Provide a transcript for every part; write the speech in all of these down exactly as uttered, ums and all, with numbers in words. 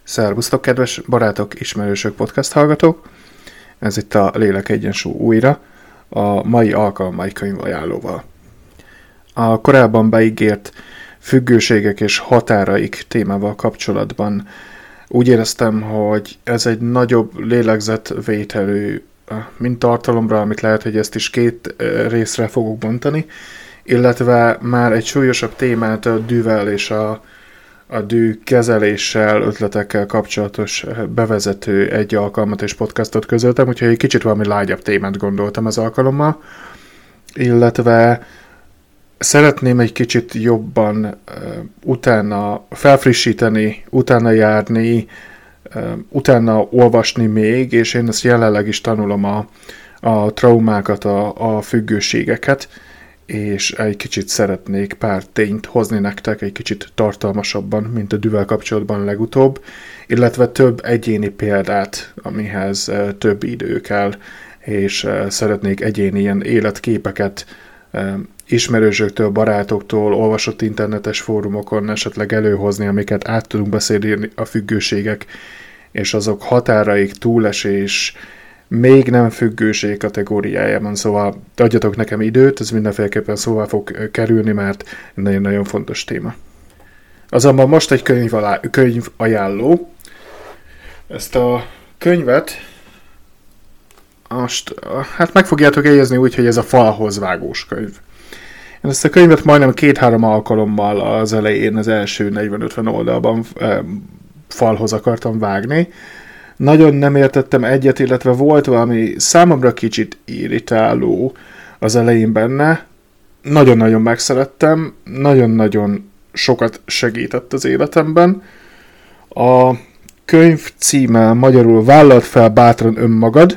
Szervusztok, kedves barátok, ismerősök, podcast hallgatók! Ez itt a Lélek Egyensúly újra, a mai alkalmai könyvajánlóval. A korábban beígért függőségek és határaik témával kapcsolatban úgy éreztem, hogy ez egy nagyobb lélegzetvételű mint tartalomra, amit lehet, hogy ezt is két részre fogok bontani, illetve már egy súlyosabb témát a dűvel és a a dű kezeléssel, ötletekkel kapcsolatos bevezető egy alkalmat és podcastot közöltem, úgyhogy egy kicsit valami lágyabb témát gondoltam az alkalommal, illetve szeretném egy kicsit jobban uh, utána felfrissíteni, utána járni, uh, utána olvasni még, és én ezt jelenleg is tanulom a, a traumákat, a, a függőségeket, és egy kicsit szeretnék pár tényt hozni nektek, egy kicsit tartalmasabban, mint a dűvel kapcsolatban legutóbb, illetve több egyéni példát, amihez több idő kell, és szeretnék egyéni ilyen életképeket ismerősöktől, barátoktól, olvasott internetes fórumokon esetleg előhozni, amiket át tudunk beszélni a függőségek, és azok határaik, túlesés, még nem függőség kategóriájában, szóval adjatok nekem időt, ez mindenféleképpen szóval fog kerülni, mert nagyon-nagyon fontos téma. Azonban most egy könyv, alá, könyv ajánló. Ezt a könyvet most, hát meg fogjátok jegyezni úgy, hogy ez a falhoz vágós könyv. Én ezt a könyvet majdnem két-három alkalommal az elején, az első negyven-ötven oldalban e, falhoz akartam vágni. Nagyon nem értettem egyet, illetve volt valami számomra kicsit irritáló az elején benne. Nagyon-nagyon megszerettem, nagyon-nagyon sokat segített az életemben. A könyv címe magyarul Vállald fel bátran önmagad,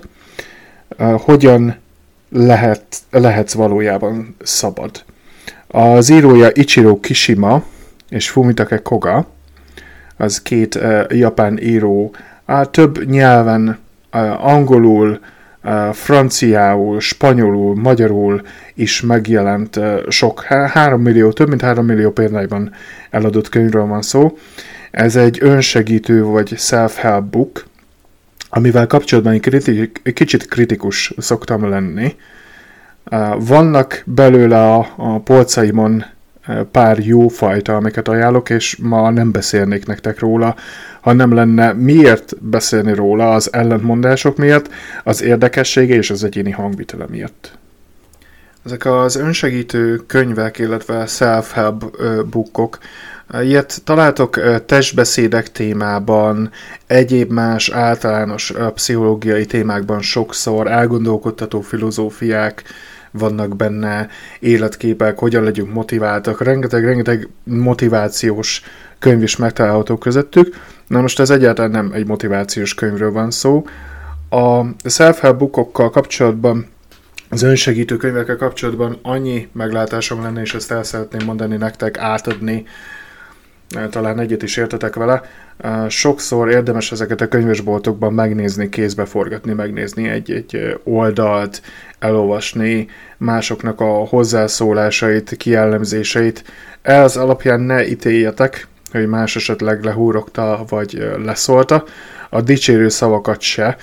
hogyan lehet, lehetsz valójában szabad. Az írója Ichiro Kishima és Fumitake Koga, az két uh, japán író, Uh, több nyelven, uh, angolul, uh, franciául, spanyolul, magyarul is megjelent uh, sok, három millió, több mint három millió példányban eladott könyvről van szó. Ez egy önsegítő vagy self-help book, amivel kapcsolatban kritik, kicsit kritikus szoktam lenni. Uh, vannak belőle a, a polcaimon pár jó fajta, amiket ajánlok, és ma nem beszélnék nektek róla, hanem lenne miért beszélni róla, az ellentmondások miatt, az érdekessége és az egyéni hangvitele miatt. Ezek az önsegítő könyvek, illetve self-help bookok, ilyet találtok testbeszédek témában, egyéb más általános pszichológiai témákban sokszor, elgondolkodtató filozófiák vannak benne, életképek, hogyan legyünk motiváltak, rengeteg-rengeteg motivációs könyv is megtalálható közöttük. Na most ez egyáltalán nem egy motivációs könyvről van szó. A self-help bookokkal kapcsolatban, az önsegítő könyvekkel kapcsolatban annyi meglátásom lenne, és ezt el szeretném mondani nektek, átadni, talán egyet is értetek vele. Sokszor érdemes ezeket a könyvesboltokban megnézni, kézbe forgatni, megnézni egy-egy oldalt, elolvasni másoknak a hozzászólásait, kijellemzéseit. Ez alapján ne ítéljetek, hogy más esetleg lehúrogta vagy leszólta. A dicsérő szavakat se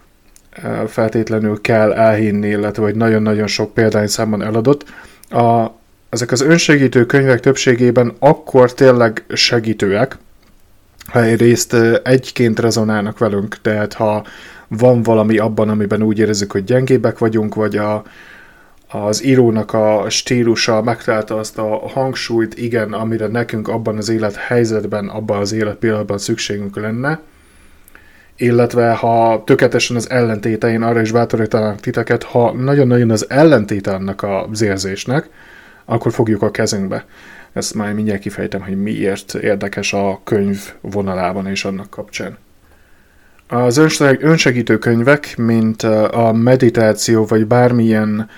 feltétlenül kell elhinni, illetve hogy nagyon-nagyon sok példányszámban eladott. A Ezek az önsegítő könyvek többségében akkor tényleg segítőek, ha egyrészt egyként rezonálnak velünk, tehát ha van valami abban, amiben úgy érezzük, hogy gyengébbek vagyunk, vagy a, az írónak a stílusa megtalálta azt a hangsúlyt, igen, amire nekünk abban az élethelyzetben, abban az életpillanatban szükségünk lenne, illetve ha tökéletesen az ellentéte, én arra is bátorítanak titeket, ha nagyon-nagyon az ellentéte annak az érzésnek, akkor fogjuk a kezünkbe. Ezt már mindjárt kifejtem, hogy miért érdekes a könyv vonalában és annak kapcsán. Az önsegítő könyvek, mint a meditáció, vagy bármilyen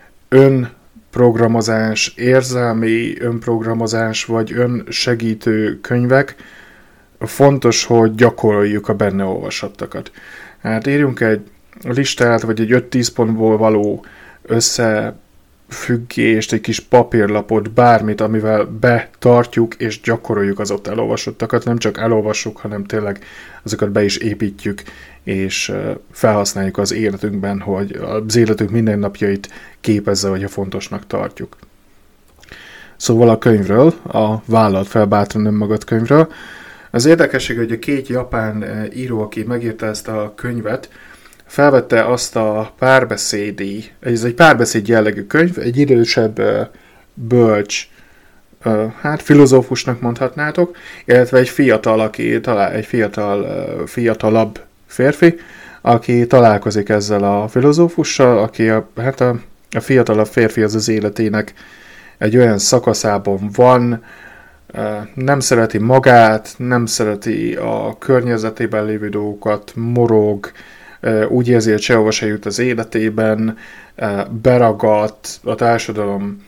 önprogramozás, érzelmi önprogramozás, vagy önsegítő könyvek, fontos, hogy gyakoroljuk a benne olvasottakat. Hát írjunk egy listát, vagy egy öt-tíz pontból való össze függést, egy kis papírlapot, bármit, amivel betartjuk és gyakoroljuk az ott elolvasottakat. Nem csak elolvassuk, hanem tényleg azokat be is építjük, és felhasználjuk az életünkben, hogy az életünk mindennapjait képezze, hogyha fontosnak tartjuk. Szóval a könyvről, a Vállalt fel bátran önmagad könyvről. Az érdekesség, hogy a két japán író, aki megírta ezt a könyvet, felvette azt a párbeszédi, ez egy párbeszéd jellegű könyv, egy idősebb bölcs, hát filozófusnak mondhatnátok, illetve egy fiatal, aki talál, egy fiatal, fiatalabb férfi, aki találkozik ezzel a filozófussal, aki a, hát a, a fiatalabb férfi az az életének egy olyan szakaszában van, nem szereti magát, nem szereti a környezetében lévő dolgokat, morog, úgy érzi, hogy sehova se jut az életében, beragadt, a társadalom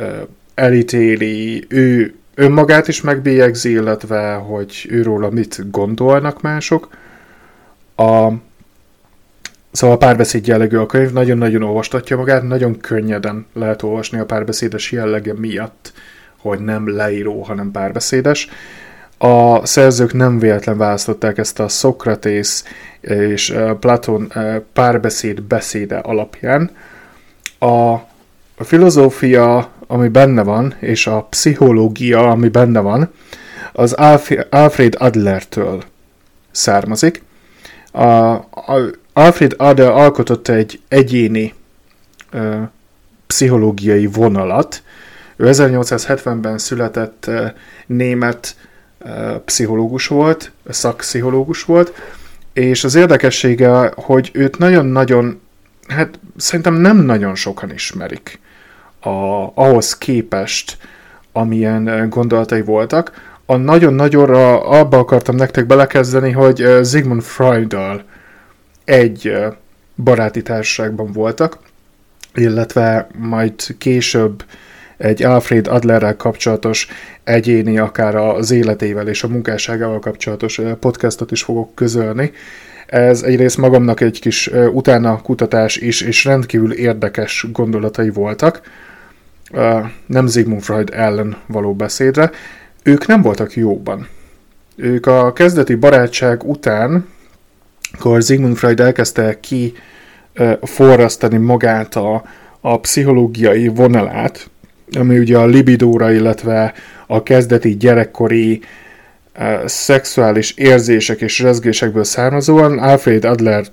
elítéli, ő önmagát is megbélyegzi, illetve hogy őróla mit gondolnak mások. A, szóval a párbeszéd jellegű a könyv, nagyon-nagyon olvastatja magát, nagyon könnyeden lehet olvasni a párbeszédes jellege miatt, hogy nem leíró, hanem párbeszédes. A szerzők nem véletlen választották ezt a Szokratész és Platón párbeszéd beszéde alapján. A filozófia, ami benne van, és a pszichológia, ami benne van, az Alfred Adlertől származik. A, a Alfred Adler alkotott egy egyéni ö, pszichológiai vonalat. Ő ezernyolcszázhetvenben született ö, német ö, pszichológus volt, szakpszichológus volt, és az érdekessége, hogy őt nagyon-nagyon, hát szerintem nem nagyon sokan ismerik a, ahhoz képest, amilyen gondolatai voltak. A nagyon-nagyonra abba akartam nektek belekezdeni, hogy Sigmund Freuddal egy baráti társaságban voltak, illetve majd később egy Alfred Adlerrel kapcsolatos egyéni, akár az életével és a munkásságával kapcsolatos podcastot is fogok közölni. Ez egyrészt magamnak egy kis utána kutatás is, és rendkívül érdekes gondolatai voltak. Nem Sigmund Freud ellen való beszédre. Ők nem voltak jóban. Ők a kezdeti barátság után, akkor Sigmund Freud elkezdte ki forrasztani magát a, a pszichológiai vonalát, ami ugye a libidóra, illetve a kezdeti gyerekkori uh, szexuális érzések és rezgésekből származóan Alfred Adler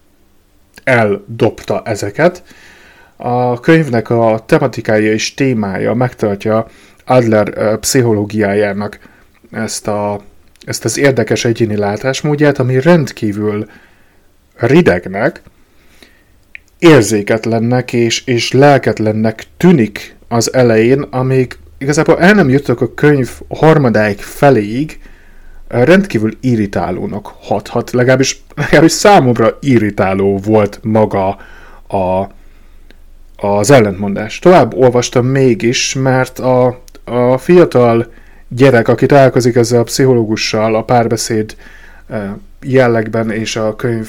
eldobta ezeket. A könyvnek a tematikája és témája megtartja Adler uh, pszichológiájának ezt, a, ezt az érdekes egyéni látásmódját, ami rendkívül ridegnek, érzéketlennek és, és lelketlennek tűnik az elején, amíg igazából el nem jöttök a könyv harmadáig feléig, rendkívül irritálónak hathat, legalábbis, legalábbis számomra irritáló volt maga a, az ellentmondás. Tovább olvastam mégis, mert a, a fiatal gyerek, aki találkozik ezzel a pszichológussal a párbeszéd jellegben és a könyv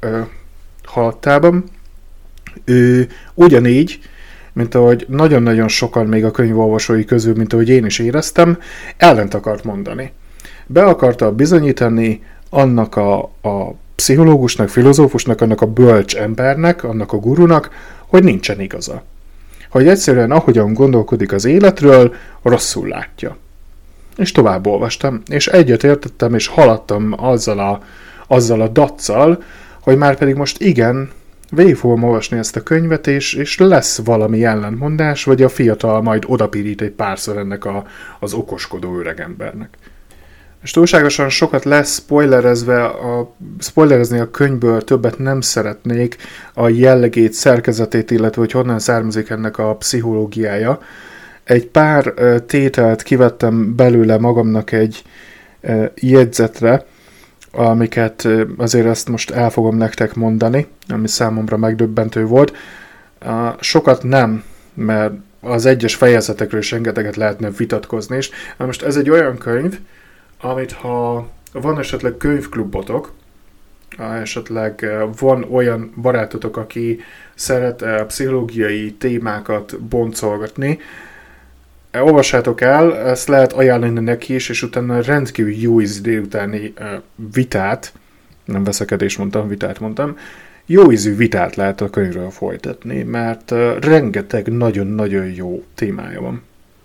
halattában, ő ugyanígy, mint ahogy nagyon-nagyon sokan még a könyvolvasói közül, mint ahogy én is éreztem, ellent akart mondani. Be akarta bizonyítani annak a, a pszichológusnak, filozófusnak, annak a bölcs embernek, annak a gurunak, hogy nincsen igaza. Hogy egyszerűen ahogyan gondolkodik az életről, rosszul látja. És tovább olvastam, és egyet értettem, és haladtam azzal a, azzal a daccal, hogy már pedig most igen, végig fogom olvasni ezt a könyvet, és, és lesz valami ellentmondás, vagy a fiatal majd odapirít egy párszor ennek a, az okoskodó öregembernek. És túlságosan sokat lesz spoilerezve, a, spoilerezni a könyvből többet nem szeretnék, a jellegét, szerkezetét, illetve hogy honnan származik ennek a pszichológiája. Egy pár tételt kivettem belőle magamnak egy jegyzetre, amiket azért ezt most el fogom nektek mondani, ami számomra megdöbbentő volt. Sokat nem, mert az egyes fejezetekről is rengeteget lehetne vitatkozni is. Most ez egy olyan könyv, amit ha van esetleg könyvklubotok, esetleg van olyan barátotok, aki szeret pszichológiai témákat boncolgatni, olvassátok el, ezt lehet ajánlani neki is, és utána rendkívül jó ízű délutáni vitát, nem veszekedés mondtam, vitát mondtam, jó ízű vitát lehet a könyvről folytatni, mert rengeteg nagyon-nagyon jó témája van.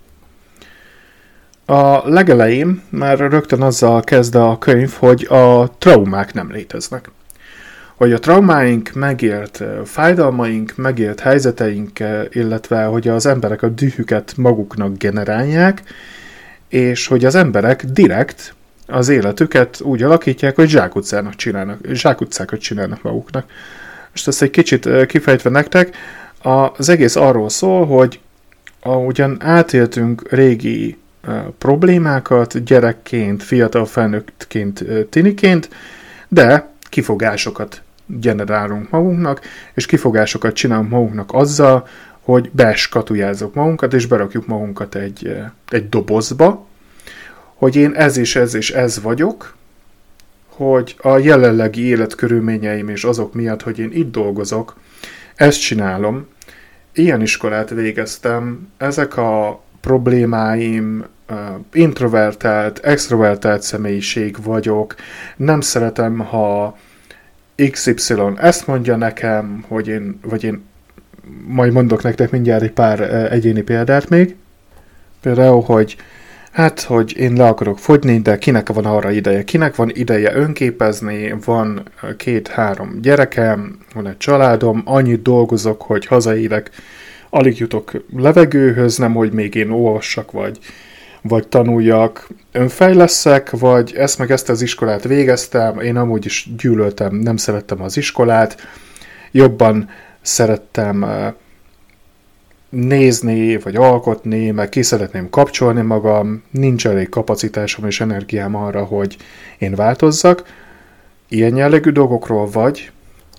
A legelején már rögtön azzal kezd a könyv, hogy a traumák nem léteznek. Hogy a traumáink, megélt fájdalmaink, megélt helyzeteink, illetve hogy az emberek a dühüket maguknak generálják, és hogy az emberek direkt az életüket úgy alakítják, hogy zsákutcának csinálnak, zsákutcákat csinálnak maguknak. Most ezt egy kicsit kifejtve nektek, az egész arról szól, hogy ahogyan átéltünk régi problémákat gyerekként, fiatal felnőttként, tiniként, de kifogásokat generálunk magunknak, és kifogásokat csinálunk magunknak azzal, hogy beskatujázzuk magunkat, és berakjuk magunkat egy, egy dobozba, hogy én ez és ez és ez vagyok, hogy a jelenlegi életkörülményeim és azok miatt, hogy én itt dolgozok, ezt csinálom, ilyen iskolát végeztem, ezek a problémáim, introvertált, extrovertált személyiség vagyok, nem szeretem, ha iksz ipszilon ezt mondja nekem, hogy én, vagy én majd mondok nektek mindjárt egy pár egyéni példát még. Például, hogy hát, hogy én le akarok fogyni, de kinek van arra ideje? Kinek van ideje önképezni, van két-három gyerekem, van egy családom, annyit dolgozok, hogy hazaérek, alig jutok levegőhöz, nem hogy még én olvassak, vagy, vagy tanuljak, önfejleszek, vagy ezt meg ezt az iskolát végeztem, én amúgy is gyűlöltem, nem szerettem az iskolát, jobban szerettem nézni, vagy alkotni, meg ki szeretném kapcsolni magam, nincs elég kapacitásom és energiám arra, hogy én változzak. Ilyen jellegű dolgokról, vagy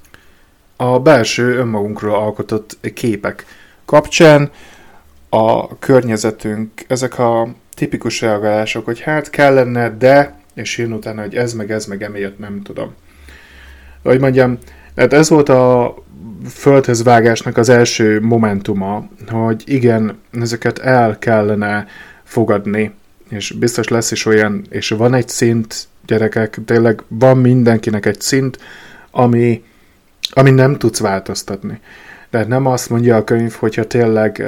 a belső önmagunkról alkotott képek kapcsán a környezetünk, ezek a tipikus reagálások, hogy hát kellene, de, és jön utána, hogy ez meg ez meg emiatt nem tudom. Hogy mondjam, hát ez volt a földhöz vágásnak az első momentuma, hogy igen, ezeket el kellene fogadni, és biztos lesz is olyan, és van egy szint, gyerekek, tényleg van mindenkinek egy szint, ami, ami nem tudsz változtatni. De nem azt mondja a könyv, hogyha tényleg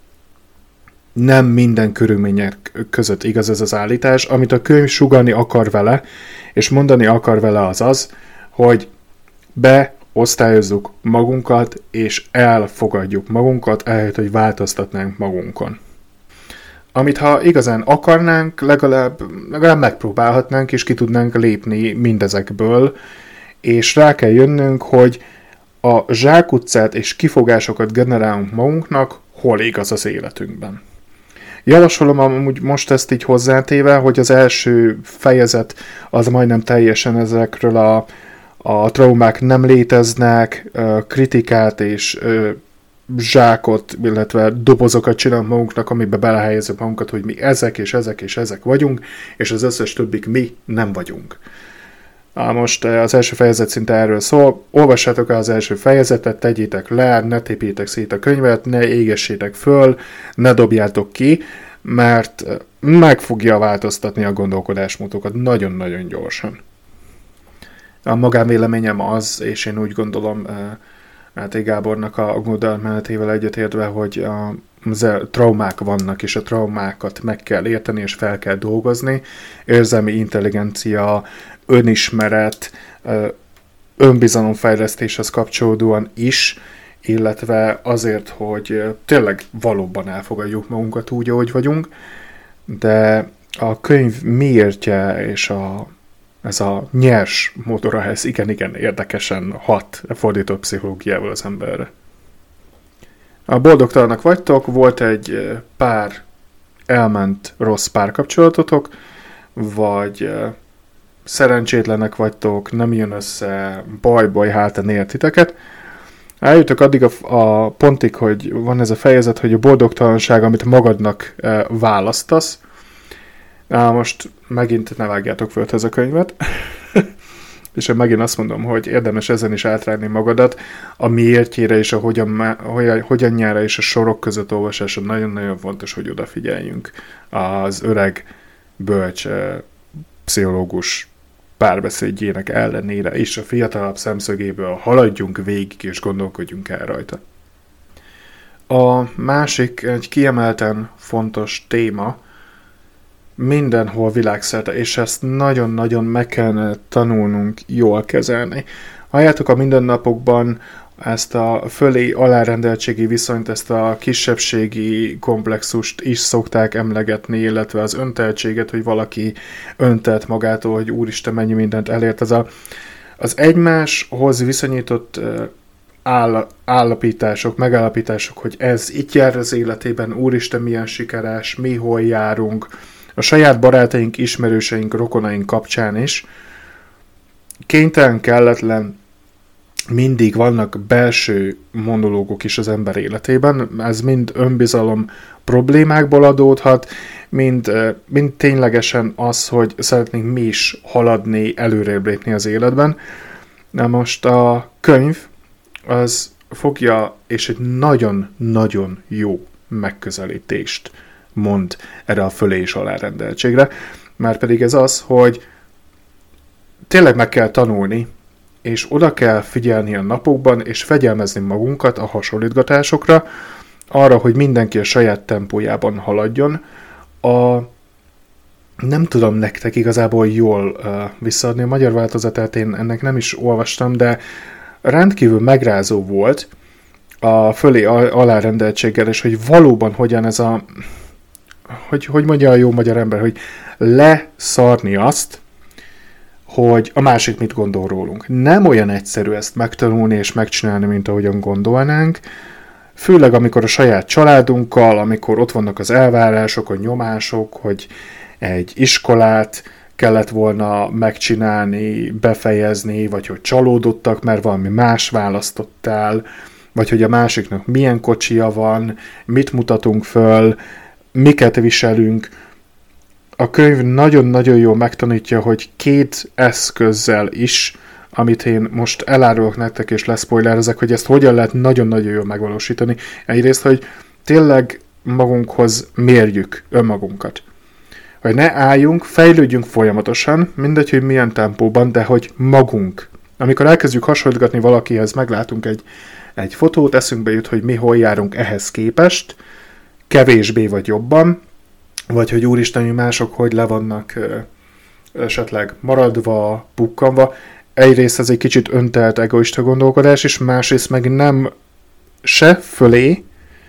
nem minden körülmények között igaz ez az állítás, amit a könyv sugallni akar vele, és mondani akar vele az az, hogy beosztályozzuk magunkat, és elfogadjuk magunkat, ahelyett, hogy változtatnánk magunkon. Amit ha igazán akarnánk, legalább, legalább megpróbálhatnánk, és ki tudnánk lépni mindezekből, és rá kell jönnünk, hogy a zsákutcát és kifogásokat generálunk magunknak, hol igaz az életünkben. Javasolom amúgy most ezt így hozzátéve, hogy az első fejezet az majdnem teljesen ezekről a, a traumák nem léteznek, kritikát és zsákot, illetve dobozokat csinálunk magunknak, amiben belehelyezzük magunkat, hogy mi ezek és ezek és ezek vagyunk, és az összes többik mi nem vagyunk. Most az első fejezet szinte erről szól, olvassátok el az első fejezetet, tegyétek le, ne tépjétek szét a könyvet, ne égessétek föl, ne dobjátok ki, mert meg fogja változtatni a gondolkodásmódokat nagyon-nagyon gyorsan. A magánvéleményem az, és én úgy gondolom, Máté Gábornak a gondolatmenetével egyetértve, hogy a traumák vannak, és a traumákat meg kell érteni, és fel kell dolgozni. Érzelmi intelligencia, önismeret, önbizalomfejlesztéshez kapcsolódóan is, illetve azért, hogy tényleg valóban elfogadjuk magunkat úgy, ahogy vagyunk, de a könyv miértje és a, ez a nyers motora, ez igen-igen érdekesen hat fordított pszichológiával az emberre. A boldogtalanak vagytok, volt egy pár elment rossz párkapcsolatotok, vagy szerencsétlenek vagytok, nem jön össze, baj-baj, hátán értiteket. Eljutok addig a, a pontig, hogy van ez a fejezet, hogy a boldogtalanság, amit magadnak e, választasz. Á, most megint ne vágjátok földhez a könyvet. és én megint azt mondom, hogy érdemes ezen is átrágni magadat, a miértjére és a hogyan, hogyan, hogyanjára és a sorok között olvasása nagyon-nagyon fontos, hogy odafigyeljünk az öreg, bölcs pszichológus párbeszédjének ellenére, és a fiatalabb szemszögéből haladjunk végig, és gondolkodjunk el rajta. A másik, egy kiemelten fontos téma, mindenhol világszerte, és ezt nagyon-nagyon meg kellene tanulnunk jól kezelni. Halljátok, a mindennapokban ezt a fölé alárendeltségi viszonyt, ezt a kisebbségi komplexust is szokták emlegetni, illetve az önteltséget, hogy valaki öntelt magától, hogy úristen, mennyi mindent elért. Az, a, az egymáshoz viszonyított áll, állapítások, megállapítások, hogy ez itt jár az életében, úristen, milyen sikeres, mi hol járunk, a saját barátaink, ismerőseink, rokonaink kapcsán is kénytelen, kelletlen, mindig vannak belső monológok is az ember életében, ez mind önbizalom problémákból adódhat, mind, mind ténylegesen az, hogy szeretnénk mi is haladni, előrébb lépni az életben. Na most a könyv az fogja, és egy nagyon-nagyon jó megközelítést mond erre a fölé és alárendeltségre, már pedig ez az, hogy tényleg meg kell tanulni, és oda kell figyelni a napokban, és fegyelmezni magunkat a hasonlítgatásokra, arra, hogy mindenki a saját tempójában haladjon. A, nem tudom nektek igazából jól uh, visszaadni a magyar változatát, én ennek nem is olvastam, de rendkívül megrázó volt a fölé alárendeltséggel, és hogy valóban hogyan ez a, hogy, hogy mondja a jó magyar ember, hogy leszarni azt, hogy a másik mit gondol rólunk. Nem olyan egyszerű ezt megtanulni és megcsinálni, mint ahogyan gondolnánk, főleg amikor a saját családunkkal, amikor ott vannak az elvárások, a nyomások, hogy egy iskolát kellett volna megcsinálni, befejezni, vagy hogy csalódottak, mert valami más választottál, vagy hogy a másiknak milyen kocsija van, mit mutatunk föl, miket viselünk. A könyv nagyon-nagyon jól megtanítja, hogy két eszközzel is, amit én most elárulok nektek és leszpoilerezek, hogy ezt hogyan lehet nagyon-nagyon jól megvalósítani. Egyrészt, hogy tényleg magunkhoz mérjük önmagunkat. Hogy ne álljunk, fejlődjünk folyamatosan, mindegy, hogy milyen tempóban, de hogy magunk. Amikor elkezdjük hasonlítgatni valakihez, meglátunk egy, egy fotót, eszünkbe jut, hogy mi hol járunk ehhez képest, kevésbé vagy jobban, vagy hogy úristen, mások hogy le vannak ö, esetleg maradva, bukkanva. Egyrészt ez egy kicsit öntelt egoista gondolkodás, és másrészt meg nem se fölé,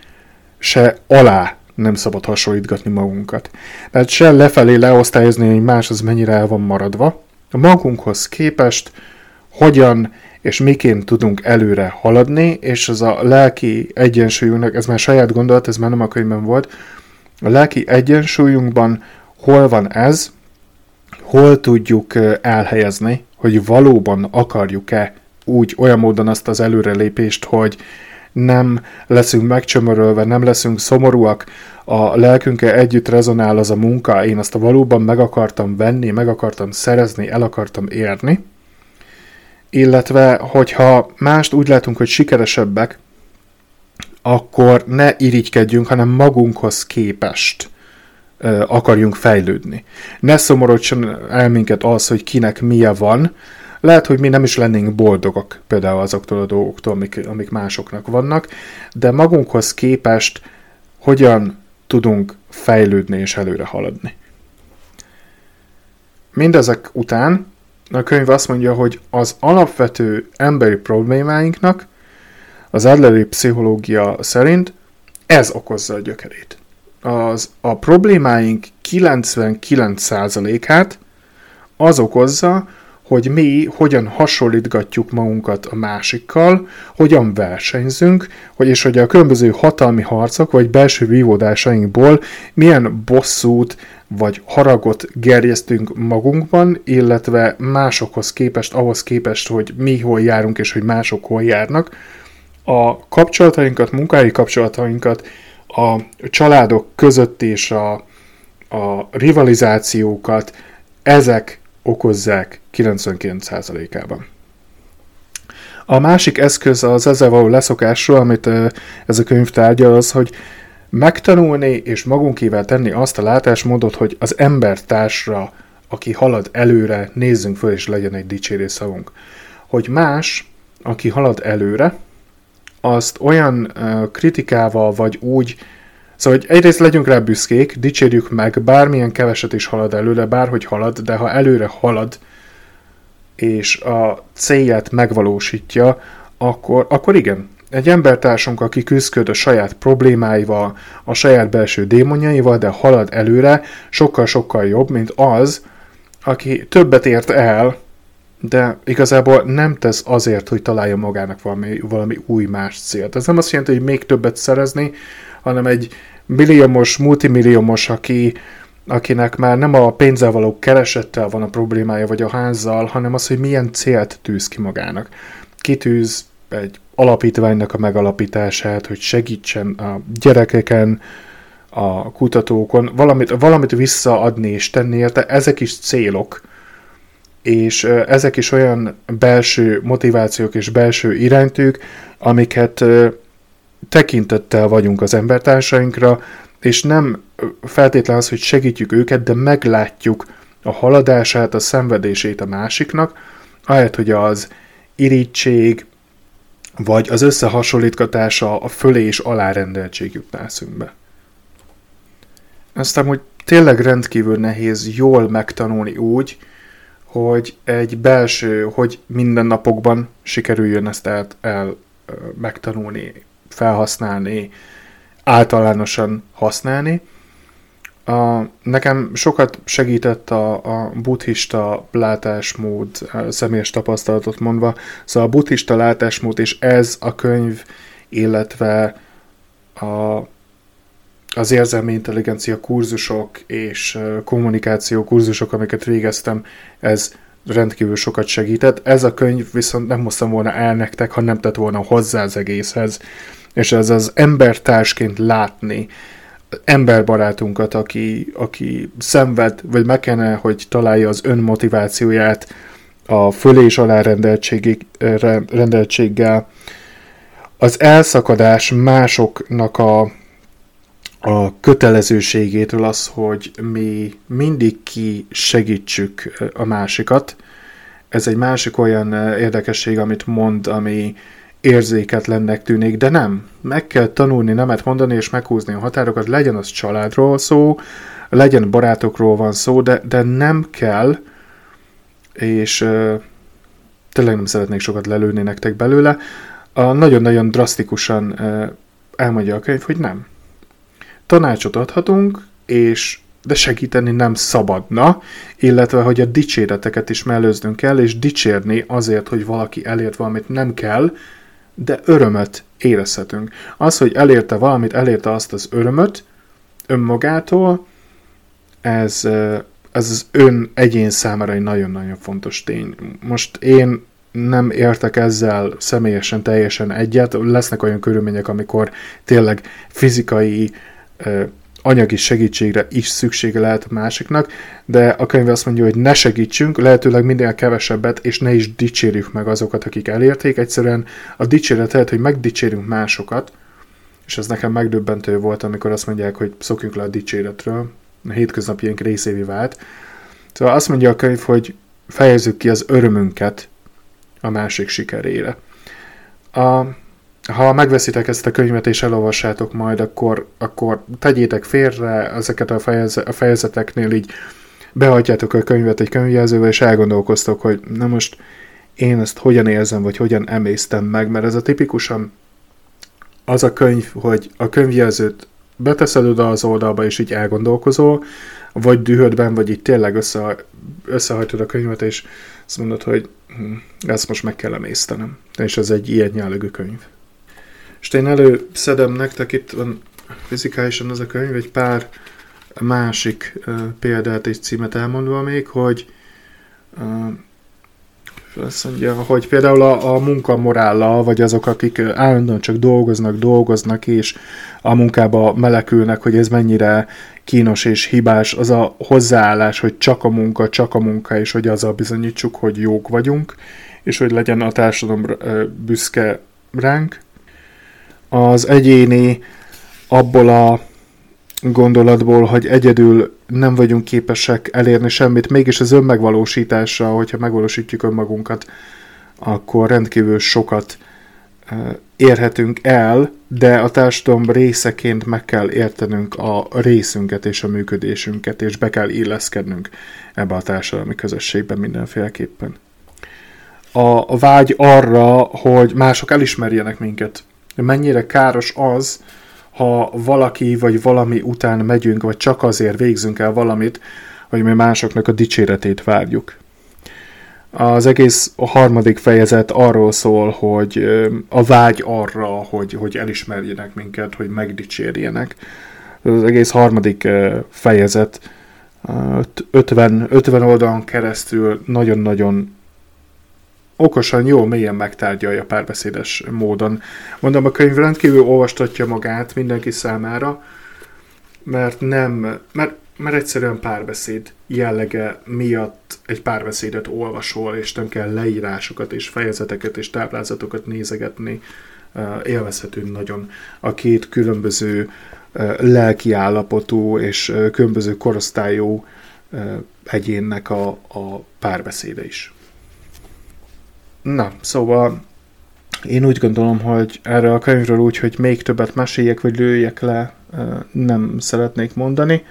se alá nem szabad hasonlítgatni magunkat. Tehát se lefelé leosztályozni, hogy más az mennyire el van maradva. A magunkhoz képest hogyan és miként tudunk előre haladni, és az a lelki egyensúlyunknak, ez már saját gondolat, ez már nem a könyvben volt, a lelki egyensúlyunkban hol van ez, hol tudjuk elhelyezni, hogy valóban akarjuk-e úgy olyan módon azt az előrelépést, hogy nem leszünk megcsömörölve, nem leszünk szomorúak, a lelkünkkel együtt rezonál az a munka, én azt a valóban meg akartam venni, meg akartam szerezni, el akartam érni, illetve, hogyha mást úgy látunk, hogy sikeresebbek, akkor ne irigykedjünk, hanem magunkhoz képest ö, akarjunk fejlődni. Ne szomorodjon el minket az, hogy kinek milyen van. Lehet, hogy mi nem is lennénk boldogak például azoktól a dolgoktól, amik, amik másoknak vannak, de magunkhoz képest hogyan tudunk fejlődni és előre haladni. Mindezek után a könyv azt mondja, hogy az alapvető emberi problémáinknak az adleri pszichológia szerint ez okozza a gyökerét. Az, a problémáink kilencvenkilenc százalékát az okozza, hogy mi hogyan hasonlítgatjuk magunkat a másikkal, hogyan versenyzünk, hogy és hogy a különböző hatalmi harcok vagy belső vívódásainkból milyen bosszút vagy haragot gerjesztünk magunkban, illetve másokhoz képest, ahhoz képest, hogy mi hol járunk és hogy mások hol járnak. A kapcsolatainkat, munkahelyi kapcsolatainkat, a családok között és a, a rivalizációkat, ezek okozzák kilencvenkilenc százalékában. A másik eszköz az ezzel való leszokásról, amit ez a könyv tárgyal, az, hogy megtanulni és magunkével tenni azt a látásmódot, hogy az embertársra, aki halad előre, nézzünk föl, és legyen egy dicsérő szavunk. Hogy más, aki halad előre, azt olyan uh, kritikával, vagy úgy, szóval, hogy egyrészt legyünk rá büszkék, dicsérjük meg, bármilyen keveset is halad előre, bárhogy halad, de ha előre halad, és a célját megvalósítja, akkor, akkor igen, egy embertársunk, aki küzdköd a saját problémáival, a saját belső démonjaival, de halad előre, sokkal-sokkal jobb, mint az, aki többet ért el, de igazából nem tesz azért, hogy találja magának valami, valami új más célt. Ez nem azt jelenti, hogy még többet szerezni, hanem egy milliómos, multimilliómos, aki, akinek már nem a pénzzel való keresettel van a problémája, vagy a házzal, hanem az, hogy milyen célt tűz ki magának. Kitűz egy alapítványnak a megalapítását, hogy segítsen a gyerekeken, a kutatókon, valamit, valamit visszaadni és tenni érte, ezek is célok, és ezek is olyan belső motivációk és belső iránytűk, amiket tekintettel vagyunk az embertársainkra, és nem feltétlen az, hogy segítjük őket, de meglátjuk a haladását, a szenvedését a másiknak, ahelyett, hogy az irigység, vagy az összehasonlítgatása a fölé és alárendeltség jutna eszünkbe. Aztán, hogy tényleg rendkívül nehéz jól megtanulni úgy, hogy egy belső, hogy mindennapokban sikerüljön ezt el, el megtanulni, felhasználni, általánosan használni. A, nekem sokat segített a, a buddhista látásmód, a személyes tapasztalatot mondva, szóval a buddhista látásmód és ez a könyv, illetve a, az érzelmi intelligencia kurzusok és kommunikáció kurzusok, amiket végeztem, ez rendkívül sokat segített. Ez a könyv viszont nem hoztam volna el nektek, ha nem tett volna hozzá az egészhez. És ez az embertársként látni emberbarátunkat, aki, aki szenved, vagy meg kellene, hogy találja az önmotivációját a fölé és alá rendeltséggel. Az elszakadás másoknak a, a kötelezőségétől az, hogy mi mindig ki segítsük a másikat. Ez egy másik olyan érdekesség, amit mond, ami érzéketlennek tűnik, de nem. Meg kell tanulni nemet mondani és meghúzni a határokat, legyen az családról szó, legyen barátokról van szó, de, de nem kell, és uh, tényleg nem szeretnék sokat lelőni nektek belőle, a nagyon-nagyon drasztikusan uh, elmondja a könyv, hogy nem. Tanácsot adhatunk, és de segíteni nem szabadna, illetve, hogy a dicséreteket is mellőznünk kell, és dicsérni azért, hogy valaki elért valamit nem kell, de örömöt érezhetünk. Az, hogy elérte valamit, elérte azt az örömöt önmagától, ez, ez az ön egyén számára egy nagyon-nagyon fontos tény. Most én nem értek ezzel személyesen teljesen egyet, lesznek olyan körülmények, amikor tényleg fizikai, anyagi segítségre is szüksége lehet a másiknak, de a könyv azt mondja, hogy ne segítsünk, lehetőleg minél kevesebbet, és ne is dicsérjük meg azokat, akik elérték. Egyszerűen a dicséret lehet, hogy megdicsérünk másokat, és ez nekem megdöbbentő volt, amikor azt mondják, hogy szokjunk le a dicséretről, a hétköznapjaink részévé vált. Szóval azt mondja a könyv, hogy fejezzük ki az örömünket a másik sikerére. A Ha megveszitek ezt a könyvet és elolvassátok majd, akkor, akkor tegyétek félre ezeket a, fejez- a fejezeteknél, így behajtjátok a könyvet egy könyvjelzővel, és elgondolkoztok, hogy na most én ezt hogyan érzem, vagy hogyan emésztem meg, mert ez a tipikusan az a könyv, hogy a könyvjelzőt beteszed oda az oldalba, és így elgondolkozol, vagy dühödben, vagy így tényleg össze, összehajtod a könyvet, és azt mondod, hogy hm, ezt most meg kell emésztenem. És ez egy ilyen jellegű könyv. És én előszedem nektek, itt van fizikálisan ez a könyv, egy pár másik uh, példát és címet elmondva még, hogy uh, Azt mondja, hogy például a, a munkamorállal, vagy azok, akik állandóan csak dolgoznak, dolgoznak, és a munkába melekülnek, hogy ez mennyire kínos és hibás, az a hozzáállás, hogy csak a munka, csak a munka, és hogy azzal bizonyítsuk, hogy jók vagyunk, és hogy legyen a társadalom büszke ránk. Az egyéni abból a gondolatból, hogy egyedül nem vagyunk képesek elérni semmit, mégis az önmegvalósításra, hogyha megvalósítjuk önmagunkat, akkor rendkívül sokat érhetünk el, de a társadalom részeként meg kell értenünk a részünket és a működésünket, és be kell illeszkednünk ebbe a társadalmi közösségben mindenféleképpen. A vágy arra, hogy mások elismerjenek minket. Mennyire káros az, ha valaki vagy valami után megyünk, vagy csak azért végzünk el valamit, hogy mi másoknak a dicséretét várjuk. Az egész a harmadik fejezet arról szól, hogy a vágy arra, hogy, hogy elismerjenek minket, hogy megdicsérjenek. Az egész harmadik fejezet ötven, ötven oldalon keresztül nagyon-nagyon okosan, jó, mélyen megtárgyalja párbeszédes módon. Mondom, a könyv rendkívül olvastatja magát mindenki számára, mert nem, mert, mert egyszerűen párbeszéd jellege miatt egy párbeszédet olvasol, és nem kell leírásokat, és fejezeteket, és táblázatokat nézegetni. Élvezhető nagyon a két különböző lelki állapotú és különböző korosztályú egyénnek a, a párbeszéde is. Na, szóval én úgy gondolom, hogy erre a könyvről úgy, hogy még többet meséljek, vagy lőjek le, nem szeretnék mondani.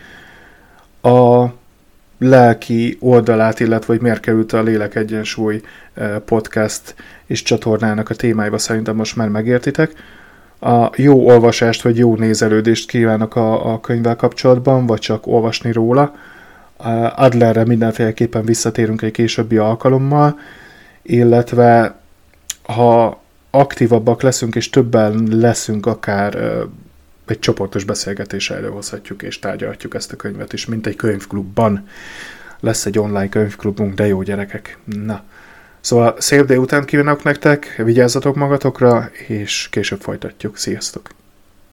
A lelki oldalát, illetve hogy miért került a Lélek Egyensúly podcast és csatornának a témáiba szerintem most már megértitek. A jó olvasást, vagy jó nézelődést kívánok a, a könyvvel kapcsolatban, vagy csak olvasni róla. Adlerre mindenféleképpen visszatérünk egy későbbi alkalommal, illetve ha aktívabbak leszünk, és többen leszünk, akár egy csoportos beszélgetésre előhozhatjuk, és tárgyalhatjuk ezt a könyvet is, mint egy könyvklubban. Lesz egy online könyvklubunk, de jó gyerekek. Na, szóval szép délután kívánok nektek, vigyázzatok magatokra, és később folytatjuk. Sziasztok!